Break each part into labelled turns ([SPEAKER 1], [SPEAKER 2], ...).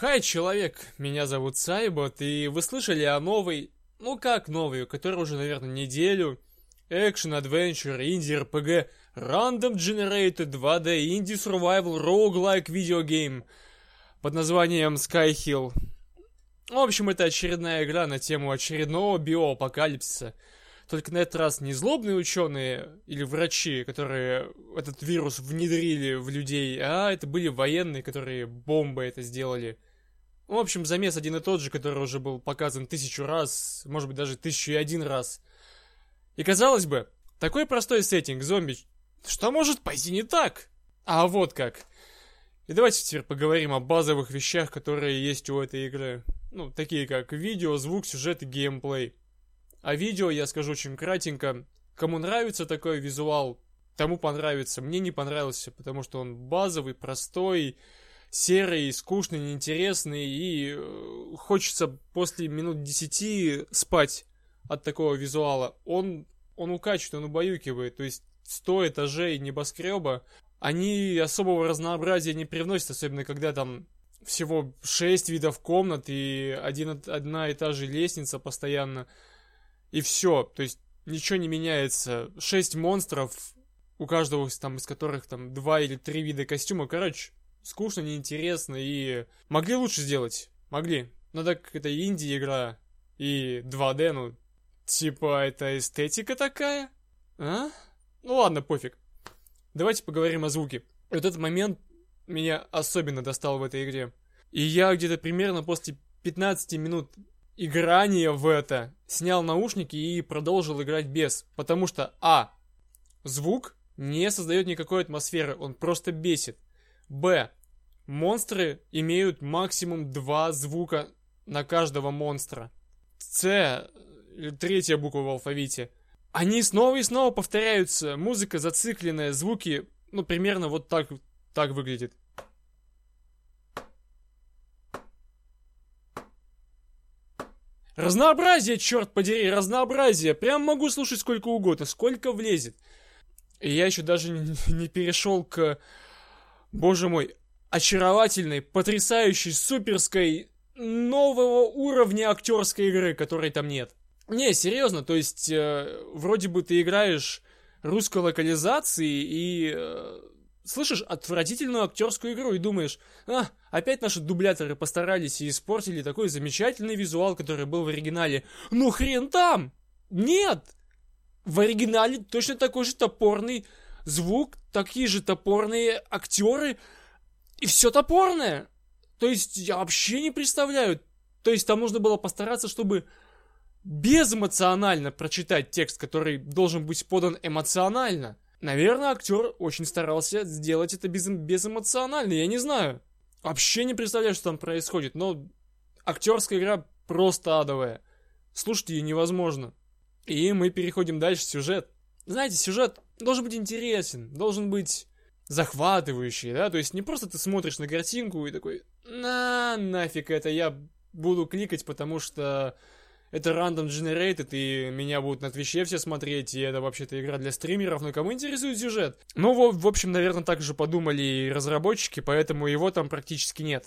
[SPEAKER 1] Хай, человек, меня зовут Сайбот, и вы слышали о новой, которая уже, наверное, неделю, экшен-адвенчур, инди-РПГ, Random Generated 2D Indie Survival Roguelike Videogame под названием Skyhill. В общем, это очередная игра на тему очередного биоапокалипсиса. Только на этот раз не злобные ученые или врачи, которые этот вирус внедрили в людей, а это были военные, которые бомбой это сделали. В общем, замес один и тот же, который уже был показан 1000 раз, может быть даже 1001 раз. И казалось бы, такой простой сеттинг, зомби, что может пойти не так? А вот как. И давайте теперь поговорим о базовых вещах, которые есть у этой игры. Такие как видео, звук, сюжет и геймплей. А видео я скажу очень кратенько. Кому нравится такой визуал, тому понравится. Мне не понравился, потому что он базовый, простой, серый, скучный, неинтересный. И хочется после минут 10 спать от такого визуала. Он укачивает, он убаюкивает. То есть 100 этажей небоскреба, они особого разнообразия не привносят, особенно когда там всего 6 видов комнат и одна и та же лестница постоянно. И все, то есть ничего не меняется. 6 монстров, у каждого из которых 2 или 3 вида костюма. Короче, скучно, неинтересно и... Могли лучше сделать, могли. Но так это инди-игра и 2D, это эстетика такая? А? Ладно, пофиг. Давайте поговорим о звуке. Вот этот момент меня особенно достал в этой игре. И я где-то примерно после 15 минут играния в это снял наушники и продолжил играть без. Потому что, звук не создает никакой атмосферы, он просто бесит. Монстры имеют максимум 2 звука на каждого монстра. Третья буква в алфавите. Они снова и снова повторяются. Музыка зацикленная, звуки, примерно вот так выглядит. Разнообразие, черт подери, разнообразие. Прям могу слушать сколько угодно, сколько влезет. И я еще даже не перешел к, боже мой, очаровательной, потрясающей, суперской, нового уровня актерской игры, которой там нет. Не, серьезно, то есть, вроде бы ты играешь русской локализации и слышишь отвратительную актерскую игру и думаешь, опять наши дубляторы постарались и испортили такой замечательный визуал, который был в оригинале. Хрен там! Нет! В оригинале точно такой же топорный звук, такие же топорные актеры, и все топорное. То есть, я вообще не представляю. То есть, там нужно было постараться, чтобы безэмоционально прочитать текст, который должен быть подан эмоционально. Наверное, актер очень старался сделать это безэмоционально, я не знаю. Вообще не представляю, что там происходит, но актерская игра просто адовая. Слушать ее невозможно. И мы переходим дальше в сюжет. Знаете, сюжет должен быть интересен, должен быть захватывающий, да? То есть не просто ты смотришь на картинку и такой, нафиг это, я буду кликать, потому что это Random Generated, и меня будут на Твиче все смотреть, и это вообще-то игра для стримеров, но кому интересует сюжет? В общем, наверное, так же подумали и разработчики, поэтому его там практически нет.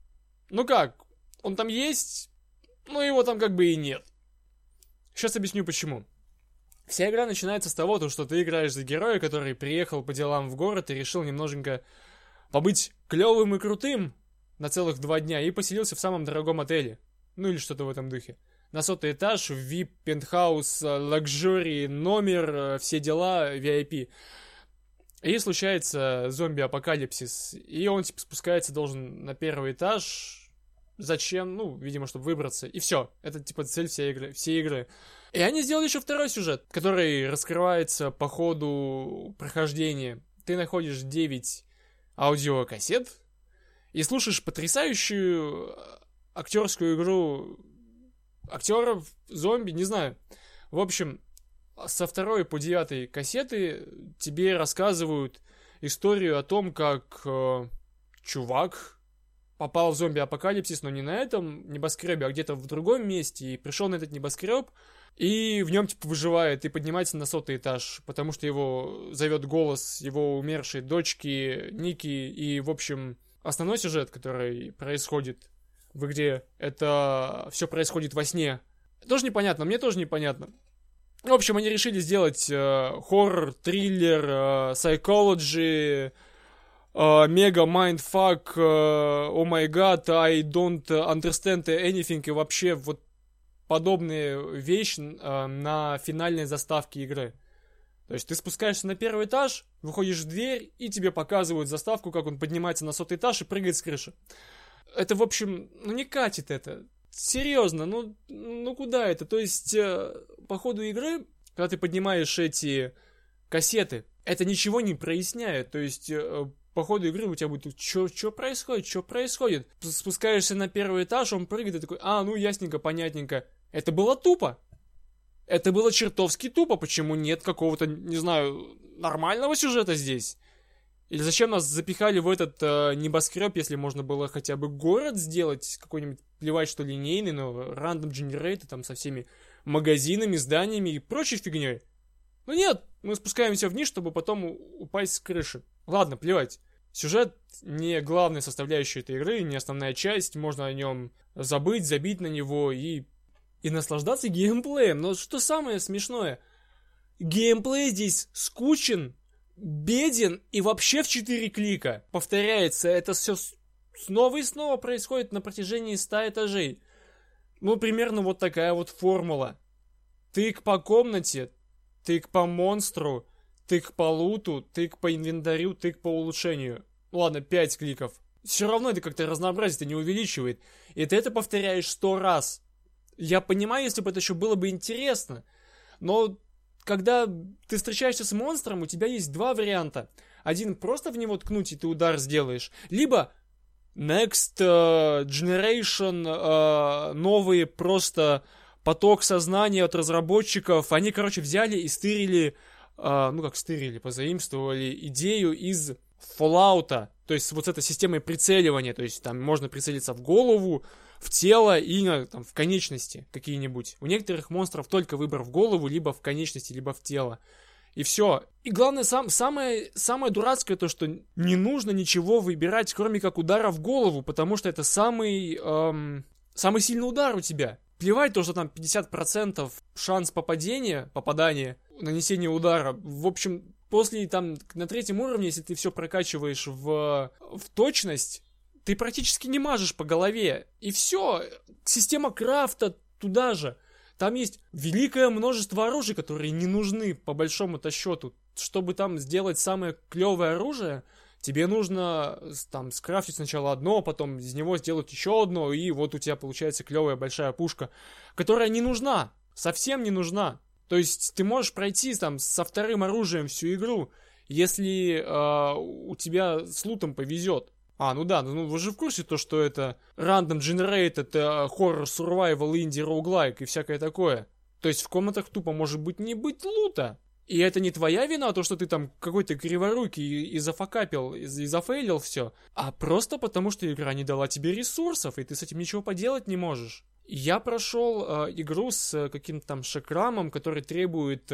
[SPEAKER 1] Он там есть, но его там как бы и нет. Сейчас объясню почему. Вся игра начинается с того, что ты играешь за героя, который приехал по делам в город и решил немножечко побыть клевым и крутым на целых 2 дня, и поселился в самом дорогом отеле. Или что-то в этом духе. На 100-й этаж, VIP, пентхаус, лакжури, номер, все дела, VIP. И случается зомби-апокалипсис. И он, спускается должен на 1-й этаж. Зачем? Видимо, чтобы выбраться. И все. Это, цель всей игры. И они сделали еще 2-й сюжет, который раскрывается по ходу прохождения. Ты находишь 9 аудиокассет и слушаешь потрясающую актерскую игру актеров, зомби, не знаю. В общем, со 2 по 9 кассеты тебе рассказывают историю о том, как чувак попал в зомби-апокалипсис, но не на этом небоскребе, а где-то в другом месте, и пришел на этот небоскреб, и в нем выживает и поднимается на 100-й этаж, потому что его зовет голос его умершей дочки Ники, и, в общем, основной сюжет, который происходит в игре это все происходит во сне. Тоже непонятно, мне тоже непонятно. В общем, они решили сделать хоррор, триллер, psychology, мега майндфак, о май гад, I don't understand anything, и вообще вот подобные вещи на финальной заставке игры. То есть ты спускаешься на первый этаж, выходишь в дверь, и тебе показывают заставку, как он поднимается на 100-й этаж и прыгает с крыши. Это, в общем, не катит это. Серьезно, ну куда это? То есть, по ходу игры, когда ты поднимаешь эти кассеты, это ничего не проясняет. То есть, по ходу игры у тебя будет, что происходит? Спускаешься на первый этаж, он прыгает и такой, ну ясненько, понятненько. Это было тупо. Это было чертовски тупо. Почему нет какого-то, не знаю, нормального сюжета здесь? Или зачем нас запихали в этот небоскреб, если можно было хотя бы город сделать, какой-нибудь, плевать, что линейный, но random generator, там, со всеми магазинами, зданиями и прочей фигней. Ну нет, мы спускаемся вниз, чтобы потом упасть с крыши. Ладно, плевать. Сюжет не главная составляющая этой игры, не основная часть, можно о нем забыть, забить на него и наслаждаться геймплеем. Но что самое смешное, геймплей здесь скучен, беден и вообще в 4 клика. Повторяется, это все снова и снова происходит на протяжении 100 этажей. Ну, примерно вот такая вот формула. Тык по комнате, тык по монстру, тык по луту, тык по инвентарю, тык по улучшению. Ладно, 5 кликов. Все равно это как-то разнообразие-то не увеличивает. И ты это повторяешь 100 раз. Я понимаю, если бы это еще было бы интересно, но когда ты встречаешься с монстром, у тебя есть 2 варианта. Один, просто в него ткнуть, и ты удар сделаешь. Либо Next Generation, новый просто поток сознания от разработчиков. Они, короче, взяли и стырили, позаимствовали идею из Fallout. То есть вот с этой системой прицеливания. То есть там можно прицелиться в голову, в тело и там, в конечности какие-нибудь. У некоторых монстров только выбор в голову, либо в конечности, либо в тело. И все. И главное, самое дурацкое то, что не нужно ничего выбирать, кроме как удара в голову, потому что это самый сильный удар у тебя. Плевать то, что там 50% шанс попадания, нанесения удара. В общем, после там на 3-м уровне, если ты все прокачиваешь в точность, ты практически не мажешь по голове. И все. Система крафта туда же. Там есть великое множество оружий, которые не нужны по большому-то счету. Чтобы там сделать самое клевое оружие, тебе нужно там скрафтить сначала одно, потом из него сделать еще одно, и вот у тебя получается клевая большая пушка, которая не нужна. Совсем не нужна. То есть ты можешь пройти там со 2-м оружием всю игру, если у тебя с лутом повезет. Вы же в курсе то, что это Random Generated, Horror, Survival, Indie, Roguelike и всякое такое. То есть в комнатах тупо может быть не быть лута. И это не твоя вина, то, что ты там какой-то криворукий и зафакапил, и зафейлил все. А просто потому, что игра не дала тебе ресурсов, и ты с этим ничего поделать не можешь. Я прошел игру с каким-то там шакрамом, который требует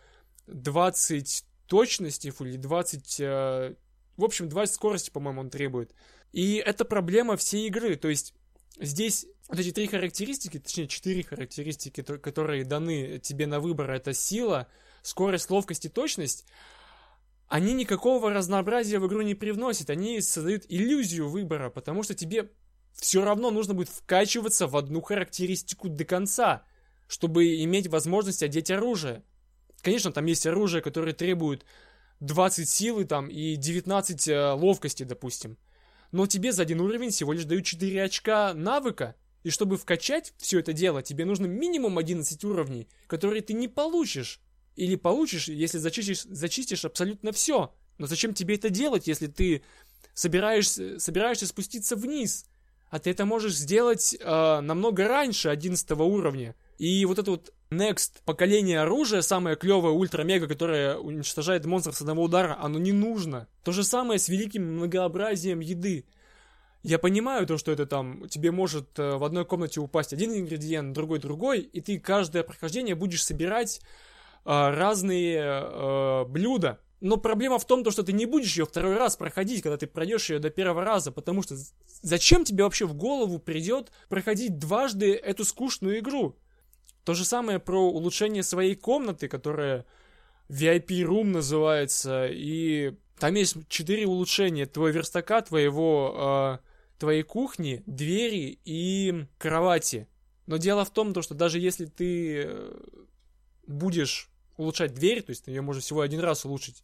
[SPEAKER 1] 20 точности, или 20... В общем, 20 скорости, по-моему, он требует. И это проблема всей игры. То есть здесь вот эти 3 характеристики, точнее 4 характеристики, которые даны тебе на выбор, это сила, скорость, ловкость и точность, они никакого разнообразия в игру не привносят. Они создают иллюзию выбора, потому что тебе все равно нужно будет вкачиваться в одну характеристику до конца, чтобы иметь возможность одеть оружие. Конечно, там есть оружие, которое требует 20 силы там и 19 ловкости, допустим. Но тебе за 1 уровень всего лишь дают 4 очка навыка. И чтобы вкачать все это дело, тебе нужно минимум 11 уровней, которые ты не получишь. Или получишь, если зачистишь абсолютно все. Но зачем тебе это делать, если ты собираешься спуститься вниз? А ты это можешь сделать намного раньше 11 уровня. И вот это вот Next поколение оружия, самое клевое, ультра-мега, которое уничтожает монстров с одного удара, оно не нужно. То же самое с великим многообразием еды. Я понимаю то, что это там, тебе может в одной комнате упасть один ингредиент, другой, и ты каждое прохождение будешь собирать разные блюда. Но проблема в том, что ты не будешь ее второй раз проходить, когда ты пройдешь ее до первого раза, потому что зачем тебе вообще в голову придет проходить дважды эту скучную игру? То же самое про улучшение своей комнаты, которая VIP Room называется, и там есть 4 улучшения твоего верстака, твоей кухни, двери и кровати. Но дело в том, что даже если ты будешь улучшать дверь, то есть ее можно всего один раз улучшить,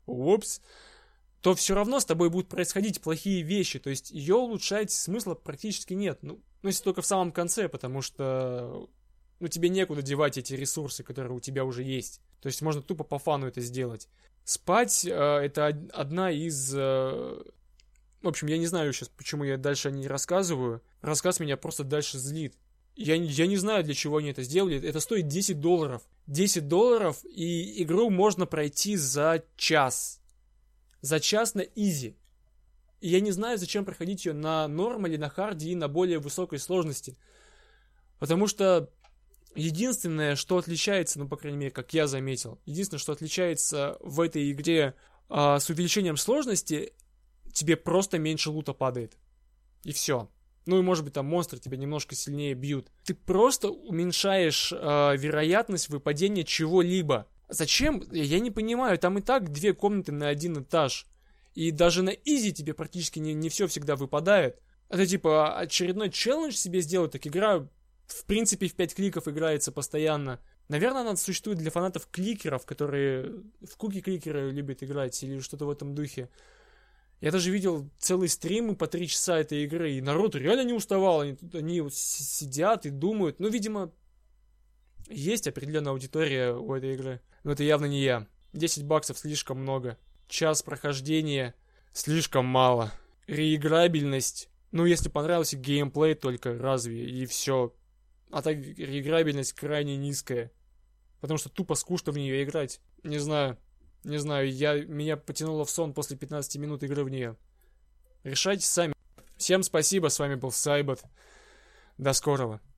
[SPEAKER 1] то все равно с тобой будут происходить плохие вещи, то есть ее улучшать смысла практически нет, ну если только в самом конце, потому что тебе некуда девать эти ресурсы, которые у тебя уже есть, то есть можно тупо по фану это сделать. Спать это одна из... В общем, я не знаю сейчас, почему я дальше о ней рассказываю, рассказ меня просто дальше злит. Я не знаю, для чего они это сделали. Это стоит $10. $10, и игру можно пройти за час. За час на изи. И я не знаю, зачем проходить ее на нормале, на харде и на более высокой сложности. Потому что единственное, что отличается, по крайней мере, как я заметил, единственное, что отличается в этой игре с увеличением сложности, тебе просто меньше лута падает. И все. Ну и может быть там монстры тебя немножко сильнее бьют. Ты просто уменьшаешь вероятность выпадения чего-либо. Зачем? Я не понимаю. Там и так 2 комнаты на 1 этаж. И даже на изи тебе практически не все всегда выпадает. Это типа очередной челлендж себе сделать. Так игра в принципе в 5 кликов играется постоянно. Наверное, она существует для фанатов кликеров, которые в куки-кликеры любят играть или что-то в этом духе. Я даже видел целые стримы по 3 часа этой игры, и народ реально не уставал, они сидят и думают. Ну, видимо, есть определенная аудитория у этой игры, но это явно не я. $10 слишком много, час прохождения слишком мало, реиграбельность, ну, если понравился геймплей только, разве, и все. А так реиграбельность крайне низкая, потому что тупо скучно в нее играть, не знаю, меня потянуло в сон после 15 минут игры в нее. Решайте сами. Всем спасибо, с вами был Сайбот. До скорого.